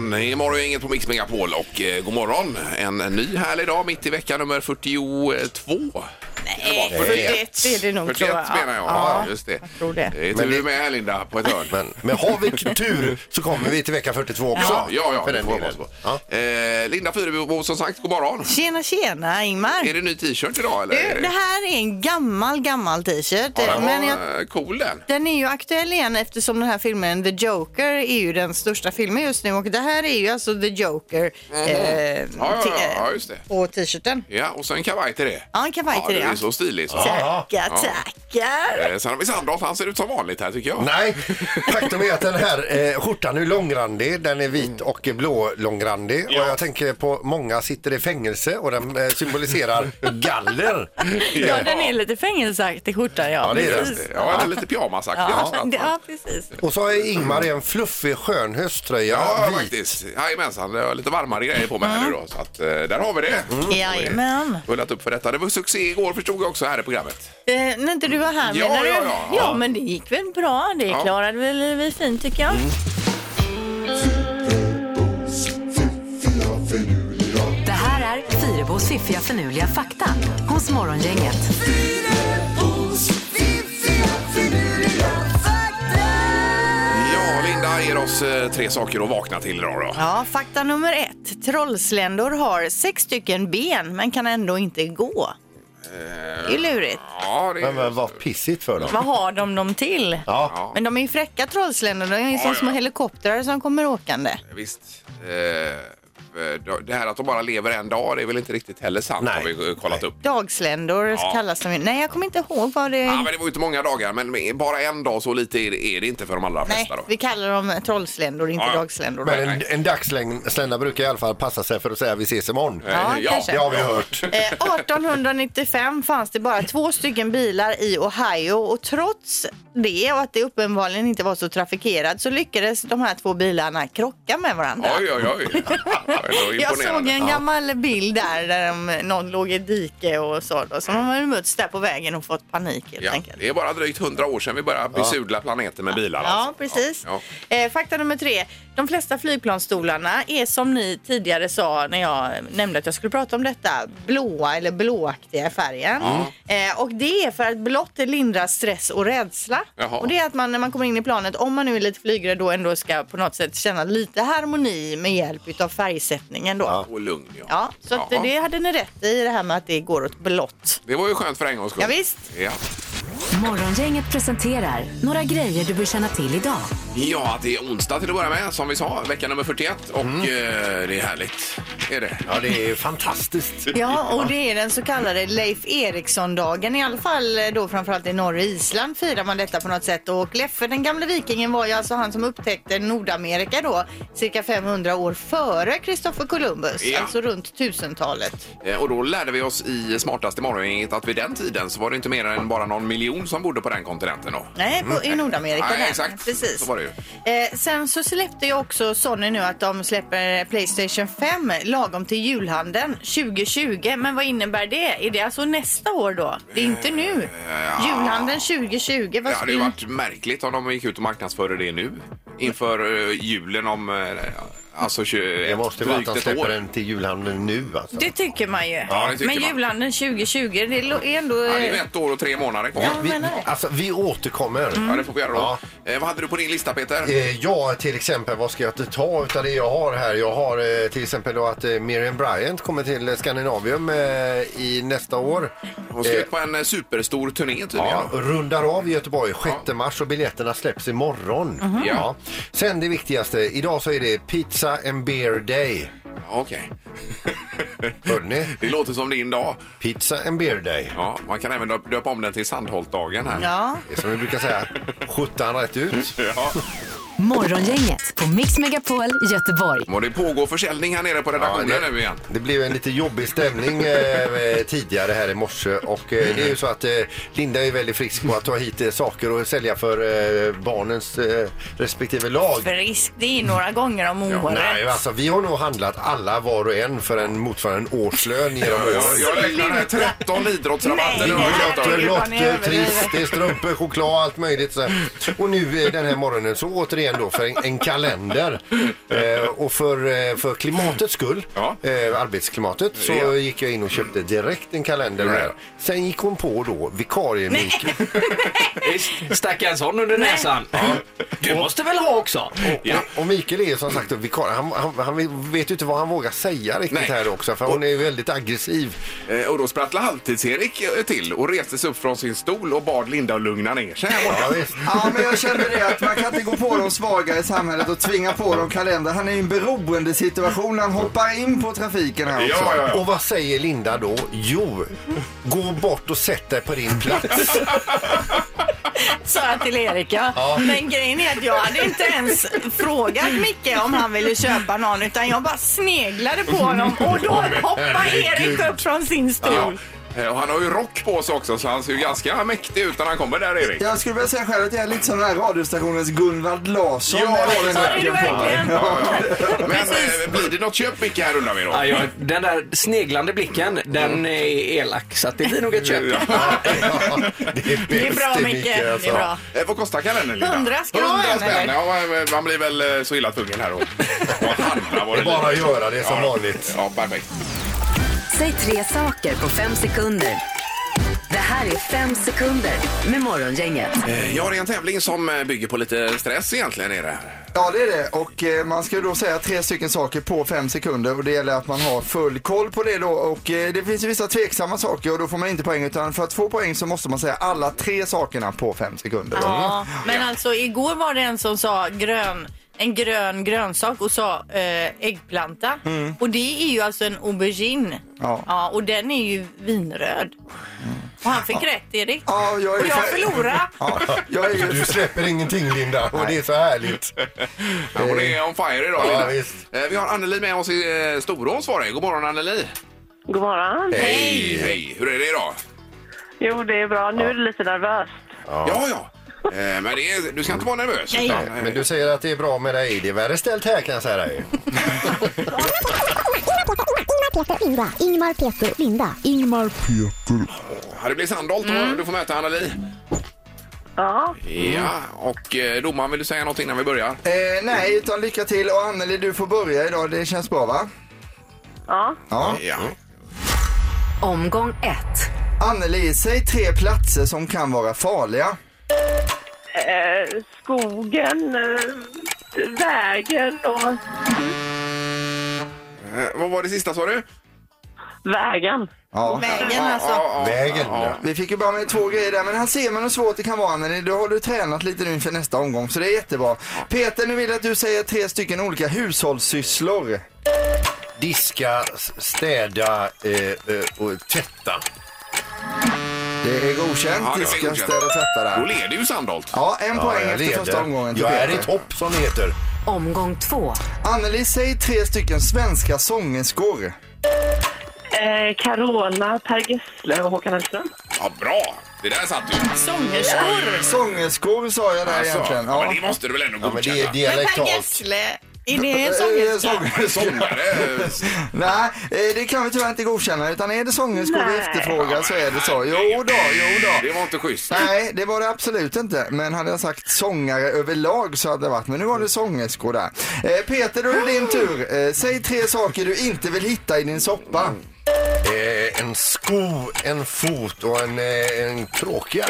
morgon. Imorgon är inget på Mix Megapol och god morgon. En ny härlig dag mitt i vecka nummer 42. Nej, 41 är det nog, 41 tror jag. menar jag. Ja, just det. Jag tror det. Det är tur med här, Linda, på ett hörn. Men har vi tur så kommer vi till vecka 42 också. Ja, för det den får delen. ja. Linda Fyrebo, som sagt, god morgon. Tjena, Ingmar. Är det ny t-shirt idag? Eller? Du, det här är en gammal t-shirt. Ja, den men var cool den. den är ju aktuell igen eftersom den här filmen The Joker är ju den största filmen just nu. Och det här är ju alltså The Joker Ja, just det. på t-shirten. Ja, och så en kavaj till det. Ja, en kavaj till det. Det är så stiligt. Så. Tackar. Sen har vi Sandholt, han ser ut som vanligt här tycker jag. Nej, faktum är att den här skjortan är långrandig, den är vit och blå långrandig. Ja. Och jag tänker på många sitter i fängelse och den symboliserar galler. Ja, den är lite fängelseaktig skjorta, Ja, det är det. precis. Ja, det är lite pyjamasaktig. Ja, precis. Och så är Ingmar en fluffig skön hösttröja. Ja, vit. faktiskt. Jajamensan, det har lite varmare grejer på mig här nu då. Så att, där har vi det. Jajamän. Rullat upp för detta. Det var succé igår, förstod jag också, här i programmet. När inte du var här, Ja, menar du? ja. Ja, men det gick väl bra. Det klarade väl vi fint, tycker jag. Det här är Fyrebos fiffiga förnuliga fakta hos Morgongänget. Ja, Linda ger oss 3 saker att vakna till idag då. Ja, fakta nummer 1. Trollsländor har 6 stycken ben men kan ändå inte gå. Det är lurigt. Ja, det är... Men vad pissigt för dem. Vad har de dem till? Ja. Men de är ju fräcka, trollsländor. De är ju som små helikoptrar som kommer åkande. Visst. Det här att de bara lever en dag, det är väl inte riktigt heller sant. Nej. Har vi kollat upp. Dagsländor kallas de. Nej, jag kommer inte ihåg vad det är. Ja, men det var ju inte många dagar, men bara en dag så lite är det inte för de allra Nej, flesta då. vi kallar dem trollsländor, inte Ja. dagsländor. Men en dagslända brukar i alla fall passa sig för att säga vi ses imorgon. Ja, kanske. Det har vi hört. 1895 fanns det bara 2 stycken bilar i Ohio och trots det och att det uppenbarligen inte var så trafikerat så lyckades de här 2 bilarna krocka med varandra. Oj. Jag såg en gammal bild där någon låg i ett dike och så då, som har mötts där på vägen och fått panik helt enkelt. Det är bara drygt 100 år sedan vi började besudla planeten med bilar. Ja, alltså. precis. Ja. Fakta nummer 3. De flesta flygplansstolarna är som ni tidigare sa när jag nämnde att jag skulle prata om detta, blåa eller blåaktiga i färgen. Och det är för att blått lindrar stress och rädsla. Jaha. Och det är att man när man kommer in i planet, om man nu är lite flygrädd då ändå ska på något sätt känna lite harmoni med hjälp av färgsättningen då. Och lugn, Ja, så att det hade ni rätt i det här med att det går åt blått. Det var ju skönt för en gångs skull. Ja, visst. Ja. Morgongänget presenterar några grejer du bör känna till idag. Ja, det är onsdag till att börja med, som vi sa, vecka nummer 41 och det är härligt. Är det? Ja, det är fantastiskt. Ja, och det är den så kallade Leif Eriksson-dagen. I alla fall då framförallt i norra Island firar man detta på något sätt. Och Leffe, den gamla vikingen, var ju alltså han som upptäckte Nordamerika då cirka 500 år före Christopher Columbus. Ja. Alltså runt 1000-talet. Och då lärde vi oss i smartaste morgongänget att vid den tiden så var det inte mer än bara någon miljon som bodde på den kontinenten då. Nej, i Nordamerika. Nej, där. exakt. Precis. Så var det ju. Sen så släppte ju också Sony nu att de släpper PlayStation 5 lagom till julhandeln 2020. Men vad innebär det? Är det alltså nästa år då? Det är inte nu. Julhandeln 2020. Det hade ju varit märkligt om de gick ut och marknadsförde det nu. Inför julen om alltså Det måste vara att de drygt ett släpper år. den till julhandeln nu alltså. Det tycker man ju. Ja, det tycker men man. julhandeln 2020, det är ändå... Ja, det är 1 år och 3 månader kvar. Vi återkommer. Ja, det får vi göra då. Ja. Vad hade du på din lista, Peter? Ja, till exempel, vad ska jag ta utav det jag har här? Jag har till exempel då att Miriam Bryant kommer till Skandinavium i nästa år. Hon ska ut på en superstor turné tydligen. Ja, rundar av i Göteborg 6 mars och biljetterna släpps imorgon. Ja. Sen det viktigaste, idag så är det Pizza and Beer Day. Okej. Hörde ni? Det låter som din dag. Pizza and Beer Day. Ja, man kan även döpa om den till Sandholtdagen här. Ja. Det är som vi brukar säga, 17 rätt ut. Ja. Morgongänget på Mix Megapol Göteborg. Och det pågår försäljning här nere på redaktionen nu igen. Det blev en lite jobbig stämning tidigare här i morse och det är ju så att Linda är väldigt frisk på att ta hit saker och sälja för barnens respektive lag. Frisk, det är några gånger om året. Nej, alltså vi har nog handlat alla var och en för en motsvarande årslön genom åren. Jag räknar här 13 idrottsrabatter. Lotter, trister, strumpor, choklad, allt möjligt. Så. Och nu den här morgonen så återigen då för en kalender. Och för klimatets skull, arbetsklimatet, så gick jag in och köpte direkt en kalender här. Sen gick hon på då vikarie Mikael. Stackars sån under näsan. Du måste väl ha också. Och Mikael är som sagt vikarie. Han vet ju inte vad han vågar säga riktigt här också, för hon är väldigt aggressiv. Och då sprattlade Halvtids-Erik till och reste sig upp från sin stol och bad Linda att lugna ner sig här borta. Ja, men jag kände det att man kan inte gå på de svaga i samhället och tvinga på dem kalender. Han är i en beroende situation. Han hoppar in på trafiken här också. Ja. Och vad säger Linda då? Jo, gå bort och sätt dig på din plats. Sa jag till Erika. Men grejen är att jag hade inte ens frågat Micke om han ville köpa någon, utan jag bara sneglade på honom och då hoppade Erik upp från sin stol. Och han har ju rock på sig också, så han ser ju ganska mäktig ut när han kommer där, Erik. Jag skulle vilja säga själv att jag är lite som den här radiostationens Gunvald Larsson. Ja, det är du verkligen. Men blir det något köp, Micke, här undrar vi då? Ja, den där sneglande blicken, den är elak, så att det blir nog ett köp. Det är bra, Micke. Det är bra. Vad kostar kalendern, Linda? 100 ska du ha en, spänn. eller? Ja, man blir väl så illa tvungen här och handla vad det Bara blir. göra det som vanligt. Ja, perfekt. Säg 3 saker på 5 sekunder. Det här är 5 sekunder med Morgongänget. Ja, det är en tävling som bygger på lite stress egentligen, är det här. Ja, det är det. Och man ska då säga 3 stycken saker på 5 sekunder. Och det gäller att man har full koll på det då. Och det finns ju vissa tveksamma saker och då får man inte poäng. Utan för att få poäng så måste man säga alla 3 sakerna på 5 sekunder. Ja, men alltså igår var det en som sa en grön grönsak och sa äggplanta. Och det är ju alltså en aubergine. Ja, och den är ju vinröd. Och han fick rätt, Erik. Ja, och jag förlorade. Du släpper ingenting, Linda, och det är så härligt. Ja, hon är on fire idag, Ja, Linda. visst. Vi har Anneli med oss i Storås var det. God morgon, Anneli. God morgon. Hej. Hur är det idag? Jo, det är bra. Nu är det lite nervöst. Ja. Men du ska inte vara nervös. Nej. Men du säger att det är bra med dig. Det är värre ställt här, kan jag säga dig. Ingmar, Peter, Linda. Det blir Sandholt och du får möta Anneli. Ja. Ja, och domaren, vill du säga något innan vi börjar? Nej, utan lycka till. Och Anneli, du får börja idag. Det känns bra, va? Ja. Ja. Omgång 1. Anneli, säg 3 platser som kan vara farliga. Skogen, vägen och... Vad var det sista, sa du? Vägen. Ja. Vägen alltså. Vägen. Vi fick ju bara med 2 grejer där, men här ser man hur svårt det kan vara, Anneli. Då har du tränat lite nu inför nästa omgång, så det är jättebra. Peter, nu vill jag att du säger 3 stycken olika hushållssysslor. Diska, städa och tvätta. Det är godkänt. Ja, det är Diska, godkänt. städa och tvätta Då där. leder ju Sandholt. Ja, en poäng jag efter första omgången till Jag är Peter. i topp, som det heter. Omgång 2. Anneli, säg 3 stycken svenska sångerskor. Carola, Per Gessle och Håkan Hellström. Ja, bra. Det där satt ju. Sångerskor. Sångerskor sa jag där egentligen. Ja, men det måste du väl ändå Ja, men det är godkänna. Men Per dialektalt. Gessle, är det en sångerska? Sångare. Nej, det kan vi tyvärr inte godkänna, utan är det sångerskor vi efterfrågar så är det så. Jo då. Det var inte schysst. Nej, det var det absolut inte. Men hade jag sagt sångare överlag så hade det varit. Men nu var det sångerskor där. Peter, då är det din tur. Säg 3 saker du inte vill hitta i din soppa. En sko, en fot och en kråka.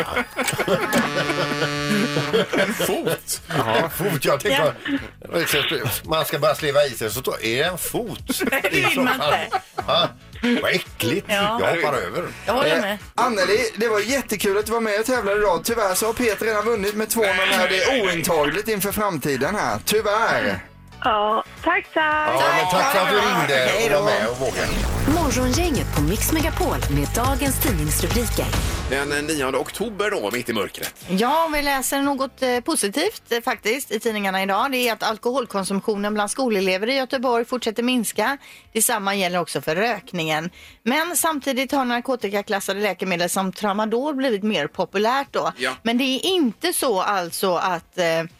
En fot. En fot, jag tänker man ska bara sleva i sig, så då är det en fot. Det vill man inte. Ja, vad äckligt. Ja. Jag hoppar över. Jag håller med. Anneli, det var jättekul att du var med och tävlade idag. Tyvärr så har Peter redan vunnit med 2-0 här. Det är ointagligt inför framtiden här. Tyvärr. Ja, Tack. Ja, men tack för att du ringde och var med och vågade. Morgongänget på Mix Megapol med dagens tidningsrubriker. Den 9 oktober då, mitt i mörkret. Ja, vi läser något positivt faktiskt i tidningarna idag. Det är att alkoholkonsumtionen bland skolelever i Göteborg fortsätter minska. Detsamma gäller också för rökningen. Men samtidigt har narkotikaklassade läkemedel som Tramadol blivit mer populärt då. Ja. Men det är inte så alltså att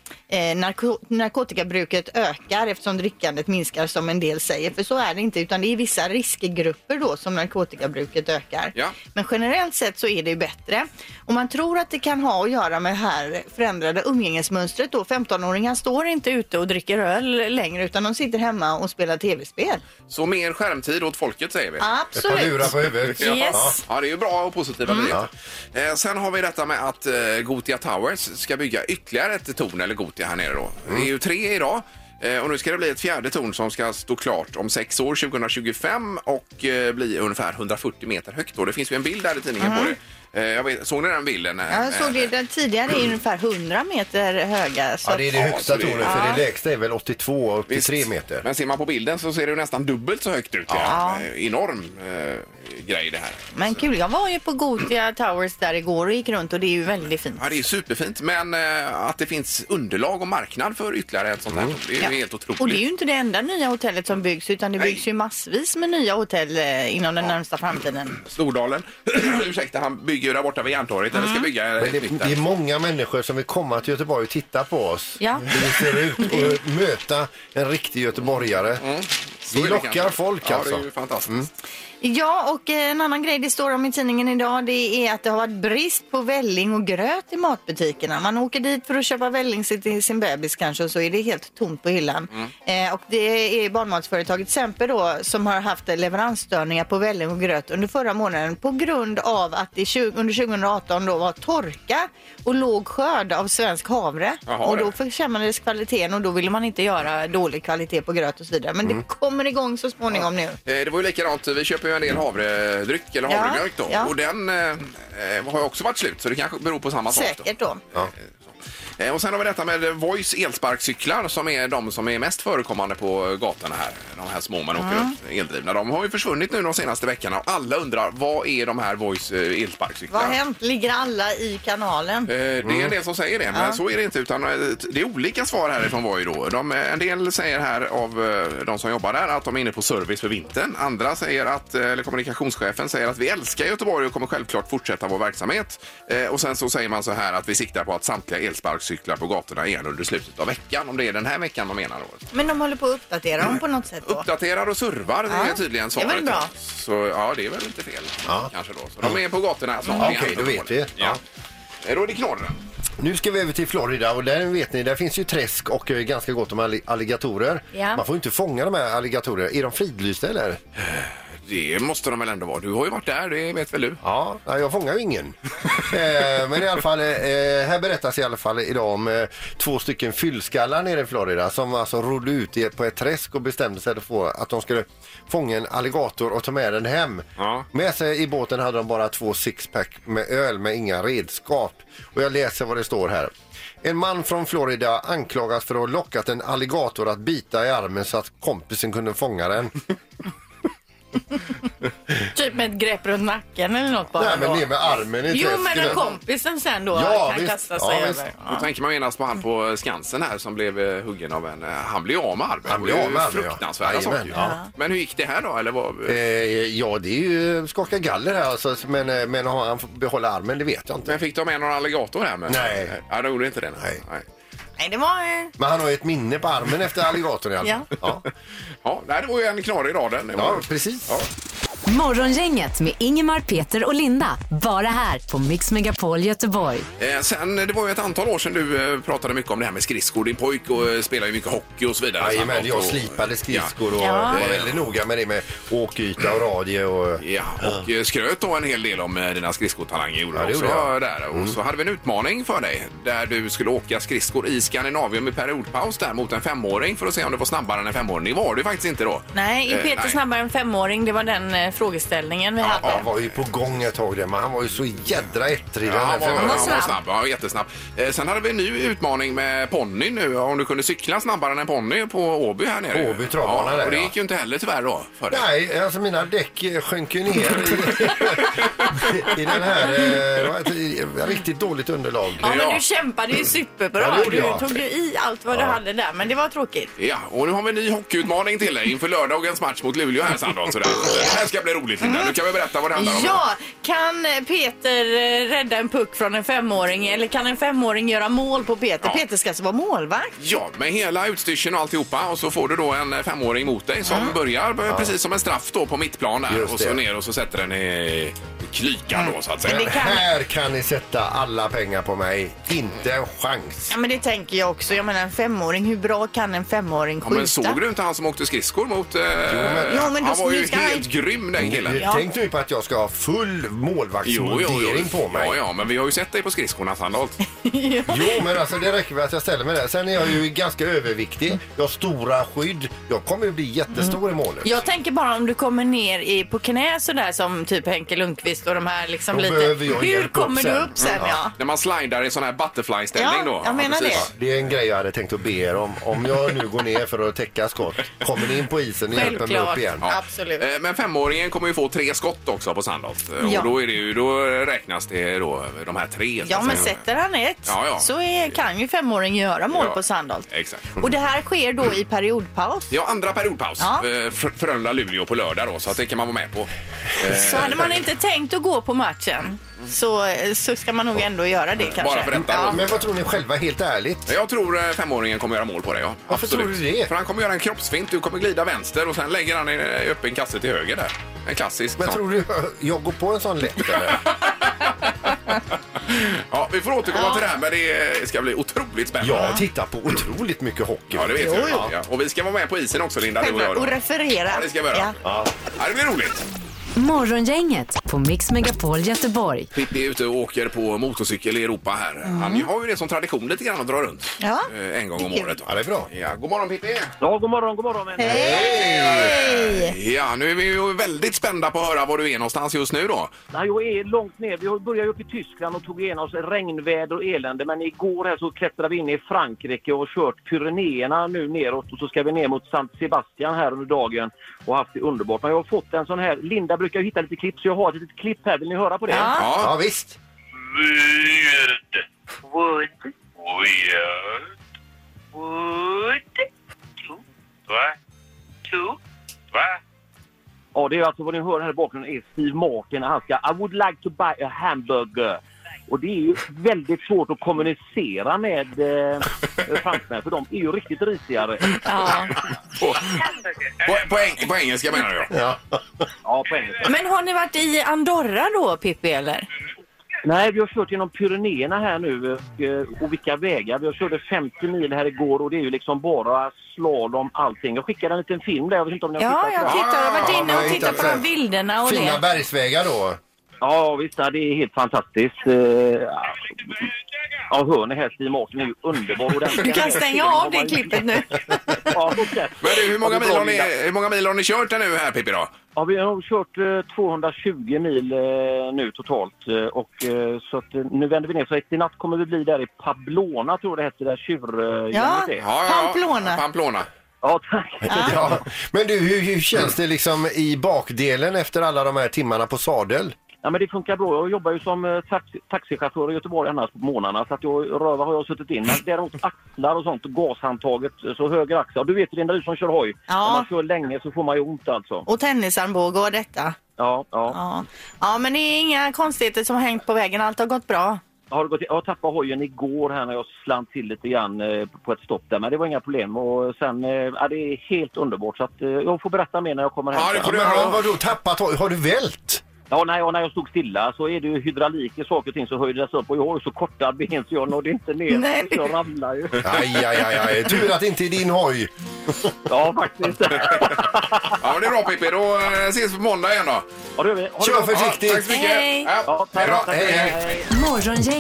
narkotikabruket ökar eftersom drickandet minskar som en del säger. För så är det inte, utan det är vissa riskgrupper då som narkotikabruket ökar. Ja. Men generellt sett så är det bättre. Och man tror att det kan ha att göra med det här förändrade umgängesmönstret då. 15-åringar står inte ute och dricker öl längre utan de sitter hemma och spelar tv-spel. Så mer skärmtid åt folket säger vi. Absolut. Ett par lurar på huvudet. Yes. Ja, det är ju bra och positiva nyheter. Sen har vi detta med att Gothia Towers ska bygga ytterligare ett torn, eller Gothia här nere då. Det är ju 3 idag. Och nu ska det bli ett 4:e torn som ska stå klart om 6 år, 2025 och bli ungefär 140 meter högt. Och det finns ju en bild där i tidningen på det. Såg ni den bilden? Jag såg det, den tidigare är ungefär 100 meter höga. Så Det är det högsta tornet, för det lägsta är väl 82-83 meter. Men ser man på bilden så ser det ju nästan dubbelt så högt ut. Enorm grej det här. Men kul, jag var ju på Gothia Towers där igår och gick runt och det är ju väldigt fint. Ja, det är superfint, men att det finns underlag och marknad för ytterligare ett sånt här, det är ju helt otroligt. Och det är ju inte det enda nya hotellet som byggs, utan det byggs ju massvis med nya hotell inom den närmsta framtiden. Stordalen, ursäkta, han bygger ju där borta vid Järntorget, eller ska bygga Men det är många människor som vill komma till Göteborg och titta på oss. Ja. Vi ser ut och möta en riktig göteborgare. Vi lockar folk alltså. Ja, det är ju fantastiskt. Ja, och en annan grej det står om i tidningen idag, det är att det har varit brist på välling och gröt i matbutikerna. Man åker dit för att köpa välling till sin bebis kanske, och så är det helt tomt på hyllan. Och det är barnmatsföretaget Semper då som har haft leveransstörningar på välling och gröt under förra månaden på grund av att det under 2018 då var torka och låg skörd av svensk havre. Och då försämrades kvaliteten och då ville man inte göra dålig kvalitet på gröt och så vidare. Men det kommer igång så småningom nu. Det var ju likadant, vi köper ju en del havredryck eller havremjölk då. Och den har ju också varit slut, så det kanske beror på samma sak då. Säkert då. Och sen har vi detta med Voice elsparkcyklar som är de som är mest förekommande på gatorna här. De här små man åker runt, eldrivna. De har ju försvunnit nu de senaste veckorna och alla undrar, vad är de här Voice elsparkcyklar? Vad har hänt? Ligger alla i kanalen? Det är en del som säger det, men så är det inte, utan det är olika svar härifrån Voi då. En del säger här av de som jobbar där att de är inne på service för vintern. Andra säger att, eller kommunikationschefen säger att vi älskar Göteborg och kommer självklart fortsätta vår verksamhet. Och sen så säger man så här att vi siktar på att samtliga elsparkcyklar på gatorna igen under slutet av veckan, om det är den här veckan de menar då. Men de håller på att uppdatera dem på något sätt då? Uppdaterar och servar, det är tydligen svaret. Det är väl bra. Så ja, det är väl inte fel kanske då. Så de är på gatorna snart. Okej, då vet vi. Ja. Då är det knorren. Nu ska vi över till Florida och där vet ni, där finns ju träsk och ganska gott om alligatorer. Ja. Man får inte fånga de här alligatorerna. Är de fridlysta eller? Det måste de väl ändå vara. Du har ju varit där, det vet väl du? Ja, jag fångar ju ingen. Men i alla fall, här berättas i alla fall idag om 2 stycken fyllskallar nere i Florida som alltså rodde ut på ett träsk och bestämde sig för att de skulle fånga en alligator och ta med den hem. Ja. Med sig i båten hade de bara 2 sixpack med öl med inga redskap. Och jag läser vad det står här. En man från Florida anklagas för att ha lockat en alligator att bita i armen så att kompisen kunde fånga den. Typ med ett grepp runt nacken eller något bara. Nej, men då. ner med armen i Jo, men träsken. en kompisen sen då Ja, kan visst. kasta sig Ja, visst. över. Då tänker man genast på han på Skansen här som blev huggen av en... Han blev av med armen. Han blev av med armen, ja. Fruktansvärda Jajamän, saker. ja. Men hur gick det här då? Eller vad? Ja, det är ju skaka galler här alltså, men har han fått behålla armen, det vet jag inte. Men fick de med någon alligator här? Med? Nej. Ja, de gjorde inte det. Nej. Nej, det var... Men han har ju ett minne på armen efter alligatorn i alla fall. Ja. Ja, det var ju en knorr i raden. Ja, precis. Ja. Morgongänget med Ingemar, Peter och Linda. Bara här på Mix Megapol Göteborg. Sen, det var ju ett antal år sedan du pratade mycket om det här med skridskor. Din pojk och spelar ju mycket hockey och så vidare. Jajamän, jag slipade skridskor och var väldigt noga med det med åkyta och radie och... Ja, och skröt då en hel del om dina skridskotalanger gjorde Ja, det också gjorde där. Och så hade vi en utmaning för dig där du skulle åka skridskor i Skandinavium i periodpaus där mot en 5-åring för att se om du var snabbare än en 5-åring. Det var du faktiskt inte då. Nej, är Peter snabbare än 5-åring? Det var den frågeställningen vi hade. Han var ju på gång ett tag där, men han var ju så jädra ettrig. Ja, han var snabb. snabb. Ja, jättesnabb. Sen hade vi en ny utmaning med ponny nu. Om du kunde cykla snabbare än en ponny på Åby här nere. Åby travbana där, och det ja. gick ju inte heller tyvärr då. För det. Nej, alltså mina däck sjönk ju ner i den här, det var ett riktigt dåligt underlag. Ja, men du kämpade ju superbra. Ja, det gjorde Du jag. tog ju i allt vad du hade där, men det var tråkigt. Ja, och nu har vi en ny hockeyutmaning till dig inför lördagens match mot Luleå här, Sandra. Så det här ska bli roligt, Linda. Nu kan vi berätta vad det handlar om. Ja, kan Peter rädda en puck från en 5-åring eller kan en 5-åring göra mål på Peter? Ja. Peter ska alltså vara målvakt. Ja, med hela utstyrseln och alltihopa. Och så får du då en 5-åring mot dig som börjar precis som en straff då på mittplan där. Just Och så det. ner och så sätter den i klykan då, så att säga. Men det kan- Här kan ni sätta alla pengar på mig. Inte en chans. Ja, men det tänker jag också. Jag menar en 5-åring, hur bra kan en 5-åring Ja, skjuta? men såg du inte han som åkte skridskor mot... Jo, men han då- var nu ju ska helt grym, den killen. Tänk nu på att jag ska ha full målvaktsmontering på mig. Ja, men vi har ju sett dig på skridskorna, Sandholt. Jo, men alltså det räcker med att jag ställer mig där. Sen är jag ju ganska överviktig. Jag har stora skydd. Jag kommer ju bli jättestor i målet. Jag tänker bara om du kommer ner på knä sådär som typ Henke Lundqvist och de här liksom Då lite... behöver jag Hur hjälp upp kommer du sen. upp sen, ja? När man slidar i sån här butterfly-ställning Ja, då. jag menar precis. Det är en grej jag hade tänkt att be er om. Om jag nu går ner för att täcka skott, kommer ni in på isen och hjälper mig Självklart. upp igen? Ja. Absolut. Men 5-åringen kommer ju få 3 skott också på Sandholt. Ja. Och då är det ju, då räknas det då de här 3. Ja, men sätter han ett Ja. så kan ju 5-åringen göra mål Ja, på Sandholt. exakt. Och det här sker då i periodpaus. Ja, andra periodpaus. Ja. Frölunda-Luleå på lördag då, så att det kan man vara med på. Så hade man inte tänkt att gå på matchen så ska man nog ändå göra det kanske. Bara för detta Ja. då. Men vad tror ni själva, helt ärligt? Jag tror 5-åringen kommer göra mål på det, ja. Varför Absolut. tror du det? För han kommer göra en kroppsfint, du kommer glida vänster och sen lägger han i öppen kasse till höger där. En klassisk. Men sån. tror du jag går på en sån lätt eller? Ja, vi får återkomma till det här, men det ska bli otroligt spännande. Jag tittar på otroligt mycket hockey. Ja, det vet Jo, vi. jo. Ja. Och vi ska vara med på isen också, Linda, du och jag Och då. referera. Ja, det ska vi göra. Ja. Ja, det blir roligt. Morgongänget på Mix Megapol Göteborg. Pippi är ute och åker på motorcykel i Europa här. Han har ju det som tradition lite grann att dra runt. Ja. En gång om året. Ja, det är bra. Ja, god morgon Pippi. Ja, god morgon. Hej! Ja, nu är vi ju väldigt spända på att höra var du är någonstans just nu då. Nej, jag är långt ner. Vi började upp i Tyskland och tog igenom oss regnväder och elände. Men igår här så klättrade vi in i Frankrike och kört Pyrenéerna nu neråt. Och så ska vi ner mot Sant Sebastian här under dagen och haft det underbart. Men jag har fått en sån här... Linda brukar hitta lite klipp, så jag har ett litet klipp här. Vill ni höra på det? Ja. Ja, visst. Wood. Two. Ja, det är alltså vad ni hör här i bakgrunden är Steve Martin. Han ska I would like to buy a hamburger. Och det är ju väldigt svårt att kommunicera med fransmän, för de är ju riktigt risigare. Ja. På engelska menar du? Ja. Ja, på engelska. Men har ni varit i Andorra då, Pippi, eller? Nej, vi har kört genom Pyrenéerna här nu och vilka vägar. Vi har kört 50 mil här igår och det är ju liksom bara slalom, allting. Jag skickade en liten film där, jag vet inte om ni har Ja, tittat jag på den. tittar. Jag har varit Ja, inne jag och har tittat på hittat de bilderna och Fina det. bergsvägar då. Ja, visst, det är helt fantastiskt. Ja, hör ni här, Steve Martin är ju underbar. Och Du kan stänga av det klippet nu. Ja, okej. Men du, hur många Ja, det är bra, mil har ni kört nu här Pippi då? Ja, vi har nog kört 220 mil nu totalt. Så att, nu vänder vi ner. Så i natt kommer vi bli där i Pamplona, tror jag det heter, där Ja, tjurgänget är. Pamplona. Ja, tack. Ja. Men du, hur känns det liksom i bakdelen efter alla de här timmarna på sadel? Ja, men det funkar bra. Jag jobbar ju som taxichaufför i Göteborg annars på månaderna. Så att röva har jag suttit in. Men däremot axlar och sånt, gashandtaget, så höger axel. Du vet, Linda, du som kör hoj. Ja. Om man kör länge så får man ju ont alltså. Och tennisarmbåge och detta. Ja. Ja, men det är inga konstigheter som har hängt på vägen. Allt har gått bra. Jag tappade hojen igår här när jag slant till lite grann på ett stopp där. Men det var inga problem. Och sen, det är helt underbart. Så att, jag får berätta mer när jag kommer hem. Ja, det får du Men göra. vadå, tappat? Har du vält? Ja, när jag stod stilla så är det ju hydraulik i saker och ting, så höjde det upp. Och jag har ju så korta ben så jag nådde inte ner. Nej. Så jag ramlar ju. Aj. Tur att det inte är din hoj. Ja, faktiskt. Ja, men det är bra Pippi. Då ses vi på måndag igen då. Ja, det gör vi. Ha det Kör bra. försiktigt. Ja, tack så mycket. Hej. Ja, Ja, tack, Bra. tack. Hej. Morgongänget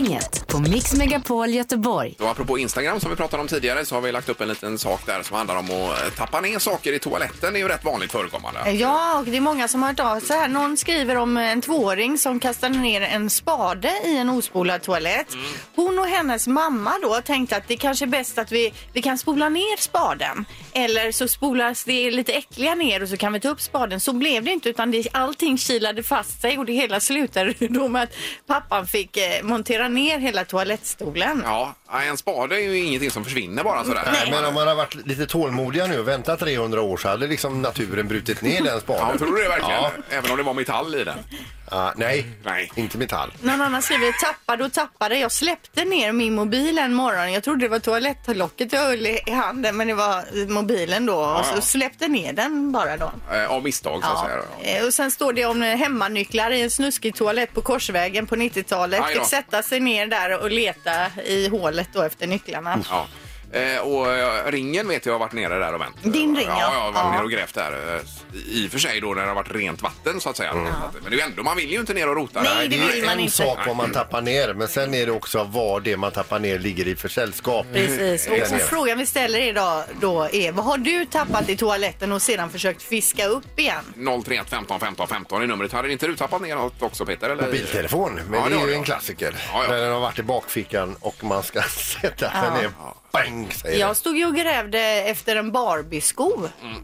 på Mix Megapol Göteborg. Och apropå Instagram som vi pratade om tidigare så har vi lagt upp en liten sak där som handlar om att tappa ner saker i toaletten. Det är ju rätt vanligt förekommande. Ja, och det är många som har hört av sig här. Någon skriver om en 2-åring som kastade ner en spade i en ospolad toalett. Hon och hennes mamma då tänkte att det kanske är bäst att vi kan spola ner spaden. Eller så spolas det lite äckliga ner och så kan vi ta upp spaden. Så blev det inte, utan allting kilade fast sig och det hela slutade då med att pappan fick montera ner hela toalettstolen. Ja, en spade är ju ingenting som försvinner bara sådär. Nej, men om man har varit lite tålmodiga nu och väntat 300 år så hade liksom naturen brutit ner den spaden. Ja, tror du det verkligen? Ja. Även om det var metall i den. Nej, Nej, inte metall. Någon annan skriver, tappade. Jag släppte ner min mobil en morgon. Jag trodde det var toalettlocket jag höll i handen, men det var mobilen då. Och så släppte ner den bara då. Av misstag så att säga. Ja. Och sen står det om hemmanycklar i en snuskig toalett på Korsvägen på 90-talet. Fick sätta sig ner där och leta i hålet då efter nycklarna. Ja. Och ringen vet jag har varit nere där och vänt. Din ring, ja. Jag har varit nere och grävt där. I och för sig då när det har varit rent vatten så att säga. Men det är ju ändå, man vill ju inte ner och rota. Nej, det vill man en inte. sak vad man tappar ner, men sen är det också vad det man tappar ner ligger i för sällskap. Precis. Och frågan vi ställer idag då är, vad har du tappat i toaletten och sedan försökt fiska upp igen? 031 15 15 15 är numret. Hade inte du tappat ner något också, Peter? Eller? Mobiltelefon, men det är ju en klassiker. Ja. När den har varit i bakfickan och man ska sätta sig ner. Bang, säger jag stod ju och grävde efter en Barbie-sko.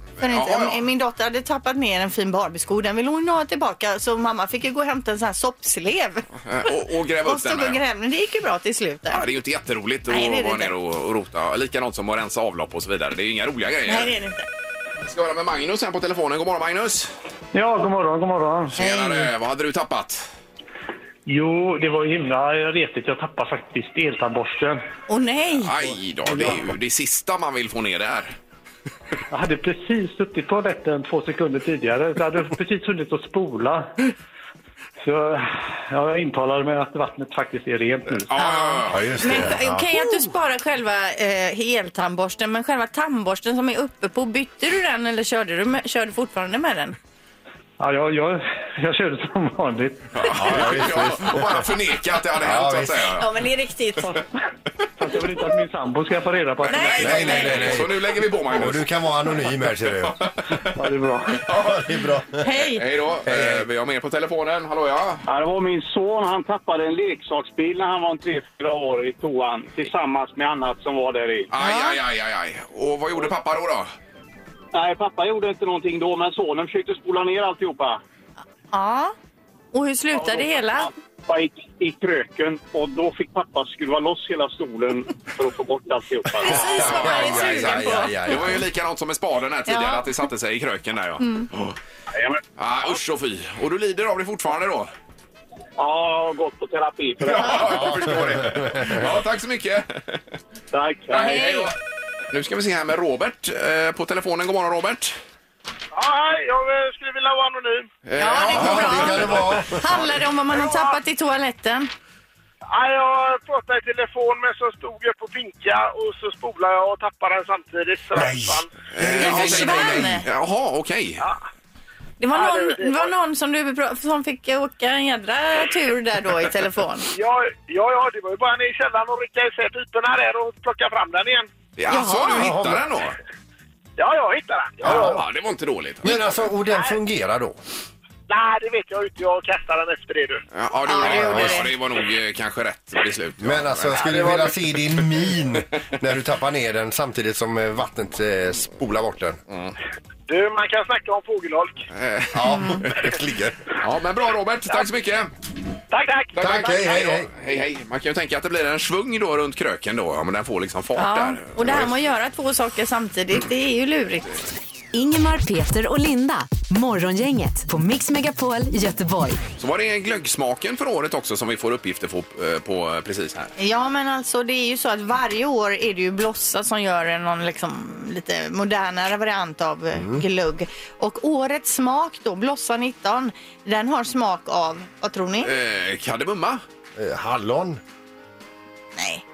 Min dotter hade tappat ner en fin Barbie-sko. Den ville hon ha tillbaka, så mamma fick ju gå och hämta en sån här soppslev. Och gräva upp den. Och det gick ju bra till slut. Ja, det är ju inte jätteroligt att vara ner och rota. Likadant som att rensa avlopp och så vidare. Det är ju inga roliga grejer. Nej, det är det inte. Vi ska höra med Magnus här på telefonen. God morgon, Magnus. Ja, god morgon. Tjenare, vad hade du tappat? Jo, det var ju himla retigt. Jag tappade faktiskt eltandborsten. Åh nej! Aj då, det är ju det sista man vill få ner där. Jag hade precis suttit på rätten 2 sekunder tidigare. Så jag hade precis hunnit att spola. Så jag intalade mig att vattnet faktiskt är rent nu. Ja, just det. Men okej att du sparar själva eltandborsten, men själva tandborsten som är uppe på, bytte du den eller körde du fortfarande med den? Ja, jag körde som vanligt. Och bara förneka att det hade hänt så att säga. Ja, men det är riktigt. Fast jag vill inte att min sambo ska få reda på att Nej. Så nu lägger vi på, Magnus. Och du kan vara anonym här, ser du. Ja, det är bra. Ja, det är bra. Hej då. Vi har med på telefonen. Hallå, ja. Ja, det var min son. Han tappade en leksaksbil när han var 3-4 år i toan tillsammans med annat som var där i. Aj. Och vad gjorde pappa då? Nej, pappa gjorde inte någonting då, men sonen försökte spola ner alltihopa. Ja. Och hur slutade det hela? Pappa gick i kröken och då fick pappa skruva loss hela stolen för att få bort alltihopa. Precis vad man är sugen på. Det var ju likadant som med spaden här tidigare, att det satte sig i kröken där, usch och fy. Och du lider av det fortfarande då? Ja, jag har gått på terapi för det. Ja, jag förstår det. Ja, tack så mycket. Tack. Hej då. Nu ska vi se här med Robert på telefonen. God morgon, Robert. Ja, jag skulle vilja vara anonym. Ja, det går bra. Det kan det vara. Handlar det om vad man har tappat i toaletten? Ja, jag pratade i telefon men så stod jag på pinka och så spolade jag och tappade den samtidigt. Nej. Jaha, okej. Ja. Det var någon som fick åka en jädra tur där då i telefon. Ja, det var ju bara ner i källaren och rycka isär piporna där och plocka fram den igen. Ja, så du hittade den då? Ja, jag hittade den. Ja, det var inte dåligt. Men alltså, och den fungerar då? Nej, det vet jag inte. Jag kastade den efter det, du. Ja, det var nog kanske rätt beslut. Ja. Men alltså, jag skulle vilja se din min när du tappar ner den samtidigt som vattnet spolar bort den. Du, man kan snacka om fågelholk. Ja, det ligger. Ja, men bra Robert. Tack så mycket. Tack. Hej. Man kan ju tänka att det blir en svung då runt kröken då. Ja, men den får liksom fart där. Och det här med att göra 2 saker samtidigt, det är ju lurigt. Ingemar, Peter och Linda. Morgongänget på Mix Megapol Göteborg. Så var det glöggsmaken för året också som vi får uppgifter på precis här. Ja, men alltså det är ju så att varje år är det ju Blossa som gör någon liksom lite modernare variant av glögg. Och årets smak då, Blossa 19, den har smak av, vad tror ni? Kardemumma. Hallon. Nej.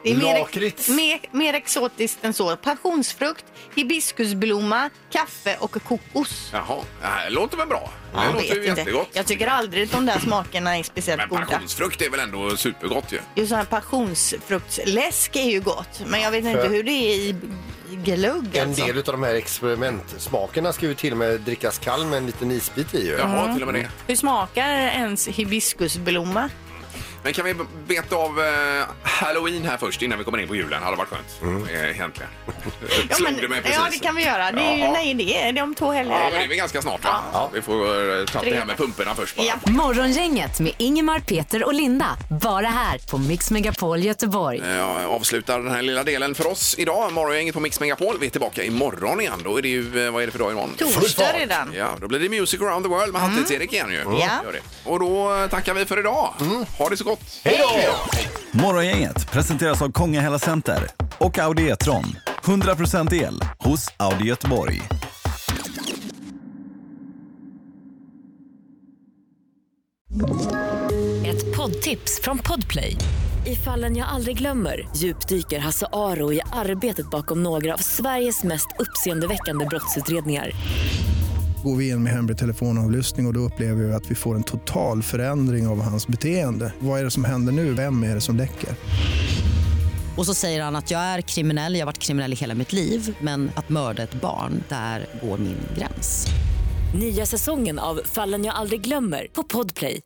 Det är Lakrits. mer exotiskt än så. Passionsfrukt, hibiskusblomma, kaffe och kokos. Jaha, det låter väl bra. Jag Det låter ju vet inte. jättegott. Jag tycker aldrig att de där smakerna är speciellt Men goda. passionsfrukt är väl ändå supergott ju. Just sån här passionsfruktsläsk är ju gott. Men jag vet inte hur det är i glugg. En alltså. del av de här experimentsmakerna ska ju till och med drickas kall med en liten isbit i. Jaha, till och med det. Hur smakar ens hibiskusblomma? Men kan vi beta av Halloween här först innan vi kommer in på julen? Hade varit skönt. Egentligen. Slog det mig precis. Ja, det kan vi göra. Det är ju, nej, det är de 2 helger. Ja, men det är väl ganska snart va? Ja. Vi får ta det här med pumporna först bara. Ja. Morgongänget med Ingemar, Peter och Linda. Bara här på Mix Megapol Göteborg. Jag avslutar den här lilla delen för oss idag. Morgongänget på Mix Megapol. Vi är tillbaka imorgon igen. Då är det ju, vad är det för dag imorgon? Torsdag redan. Ja, då blir det Music around the world med Halvtids-Erik igen ju. Ja. Gör det. Och då tackar vi för idag. Ha det så gott. Hej då! Morgongänget presenteras av Konga Hela Center och Audi E-tron. 100% el hos Audi Göteborg. Ett poddtips från Podplay. I Fallen jag aldrig glömmer djupdyker Hasse Aro i arbetet bakom några av Sveriges mest uppseendeväckande brottsutredningar. Går vi in med hemlig telefonavlyssning och då upplever vi att vi får en total förändring av hans beteende. Vad är det som händer nu? Vem är det som läcker? Och så säger han att jag är kriminell, jag har varit kriminell i hela mitt liv. Men att mörda ett barn, där går min gräns. Nya säsongen av Fallen jag aldrig glömmer på Podplay.